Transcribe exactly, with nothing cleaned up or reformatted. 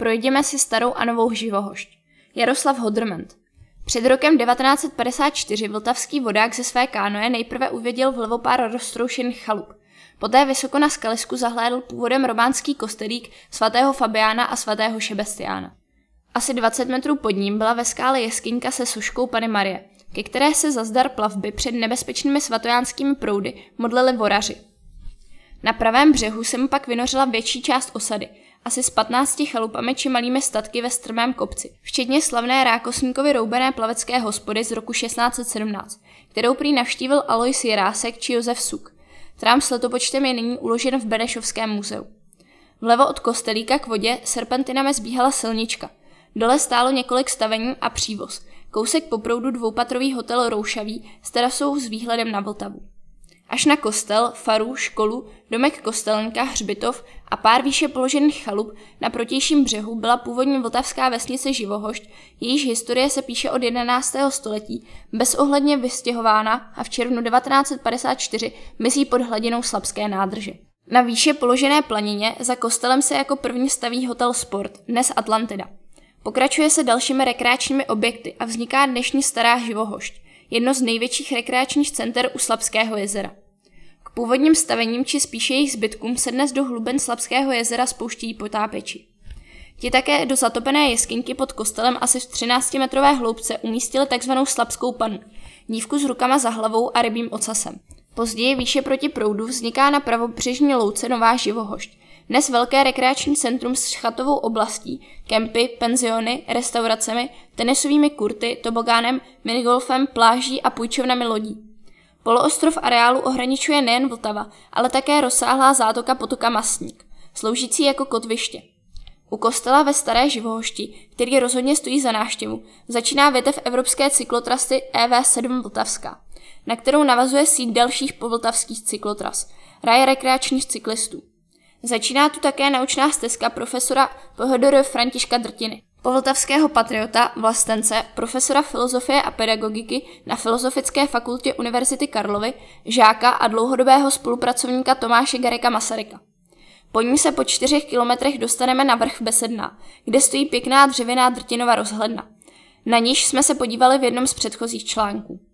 Projdeme si starou a novou Živohošť. Jaroslav Hodrment. Před rokem devatenáct set padesát čtyři vltavský vodák ze své kánoe nejprve uviděl vlevo pár roztroušených chalup. Poté vysoko na skalisku zahlédl původem románský kostelík svatého Fabiána a svatého Šebestiána. Asi dvacet metrů pod ním byla ve skále jeskyňka se soškou Panny Marie, ke které se za zdar plavby před nebezpečnými svatojánskými proudy modlili voraři. Na pravém břehu se mu pak vynořila větší část osady, asi s patnácti chalupami či malými statky ve strmém kopci, včetně slavné Rákosníkovy roubené plavecké hospody z roku šestnáct set sedmnáct, kterou prý navštívil Alois Jirásek či Josef Suk. Trám s letopočtem je nyní uložen v Benešovském muzeu. Vlevo od kostelíka k vodě serpentinami zbíhala silnička. Dole stálo několik stavení a přívoz. Kousek po proudu dvoupatrový hotel Roušaví s terasou s výhledem na Vltavu. Až na kostel, faru, školu, domek kostelníka, hřbitov a pár výše položených chalup na protějším břehu byla původní vltavská vesnice Živohošť, jejíž historie se píše od jedenáctého století, bezohledně vystěhována a v červnu devatenáct set padesát čtyři mizí pod hladinou Slabské nádrže. Na výše položené planině za kostelem se jako první staví hotel Sport, dnes Atlantida. Pokračuje se dalšími rekreačními objekty a vzniká dnešní stará Živohošť, jedno z největších rekreačních center u Slabského jezera. K původním stavením či spíše jejich zbytkům se dnes do hluben Slabského jezera spouštějí potápěči. Ti také do zatopené jeskyňky pod kostelem asi v třináctimetrové hloubce umístili tzv. Slabskou pannu, dívku s rukama za hlavou a rybím ocasem. Později výše proti proudu vzniká na pravobřežní louce nová Živohošť, dnes velké rekreační centrum s chatovou oblastí, kempy, penziony, restauracemi, tenisovými kurty, tobogánem, minigolfem, pláží a půjčovnami lodí. Poloostrov areálu ohraničuje nejen Vltava, ale také rozsáhlá zátoka potoka Masník, sloužící jako kotviště. U kostela ve Staré Živohošti, který rozhodně stojí za návštěvu, začíná větev evropské cyklotrasy E V sedm Vltavská, na kterou navazuje síť dalších povltavských cyklotras, ráje rekreačních cyklistů. Začíná tu také naučná stezka profesora P H D R Františka Drtiny, povltavského patriota, vlastence, profesora filozofie a pedagogiky na Filozofické fakultě Univerzity Karlovy, žáka a dlouhodobého spolupracovníka Tomáše Garrigua Masaryka. Po ní se po čtyřech kilometrech dostaneme na vrch Besedná, kde stojí pěkná dřevěná Drtinova rozhledna. Na níž jsme se podívali v jednom z předchozích článků.